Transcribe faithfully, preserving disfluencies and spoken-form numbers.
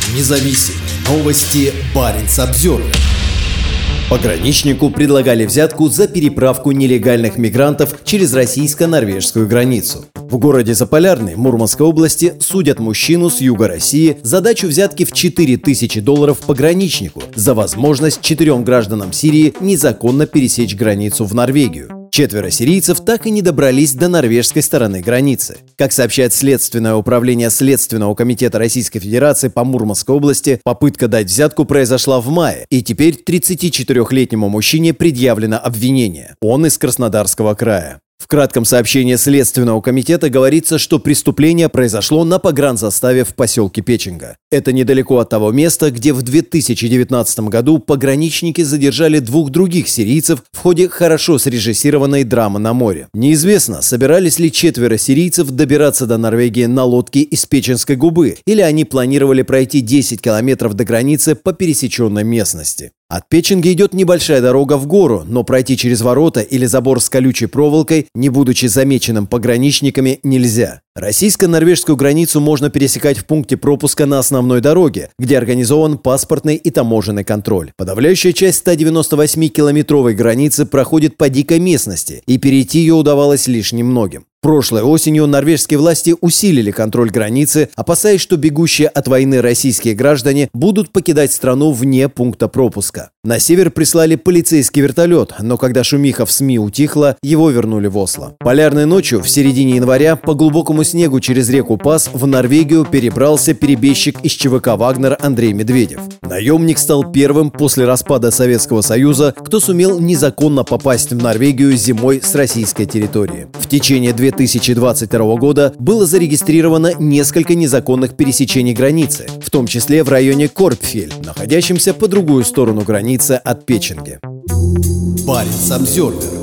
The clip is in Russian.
независим. Новости Баренц-Обзервер. Пограничнику предлагали взятку за переправку нелегальных мигрантов через российско-норвежскую границу. В городе Заполярный Мурманской области судят мужчину с юга России за дачу взятки в четыре тысячи долларов пограничнику за возможность четырем гражданам Сирии незаконно пересечь границу в Норвегию. Четверо сирийцев так и не добрались до норвежской стороны границы. Как сообщает Следственное управление Следственного комитета Российской Федерации по Мурманской области, попытка дать взятку произошла в мае, и теперь тридцатичетырёхлетнему мужчине предъявлено обвинение. Он из Краснодарского края. В кратком сообщении Следственного комитета говорится, что преступление произошло на погранзаставе в поселке Печенга. Это недалеко от того места, где в две тысячи девятнадцатом году пограничники задержали двух других сирийцев в ходе хорошо срежиссированной драмы на море. Неизвестно, собирались ли четверо сирийцев добираться до Норвегии на лодке из Печенской губы, или они планировали пройти десять километров до границы по пересеченной местности. От Печенги идет небольшая дорога в гору, но пройти через ворота или забор с колючей проволокой, не будучи замеченным пограничниками, нельзя. Российско-норвежскую границу можно пересекать в пункте пропуска на основной дороге, где организован паспортный и таможенный контроль. Подавляющая часть ста девяноста восьми километровой границы проходит по дикой местности, и перейти ее удавалось лишь немногим. Прошлой осенью норвежские власти усилили контроль границы, опасаясь, что бегущие от войны российские граждане будут покидать страну вне пункта пропуска. На север прислали полицейский вертолет, но когда шумиха в СМИ утихла, его вернули в Осло. Полярной ночью в середине января по глубокому снегу через реку Пас в Норвегию перебрался перебежчик из ЧВК «Вагнер» Андрей Медведев. Наемник стал первым после распада Советского Союза, кто сумел незаконно попасть в Норвегию зимой с российской территории. В течение две тысячи двадцать второго года было зарегистрировано несколько незаконных пересечений границы, в том числе в районе Корпфель, находящемся по другую сторону границы от Печенги. Баренц-Обзервер.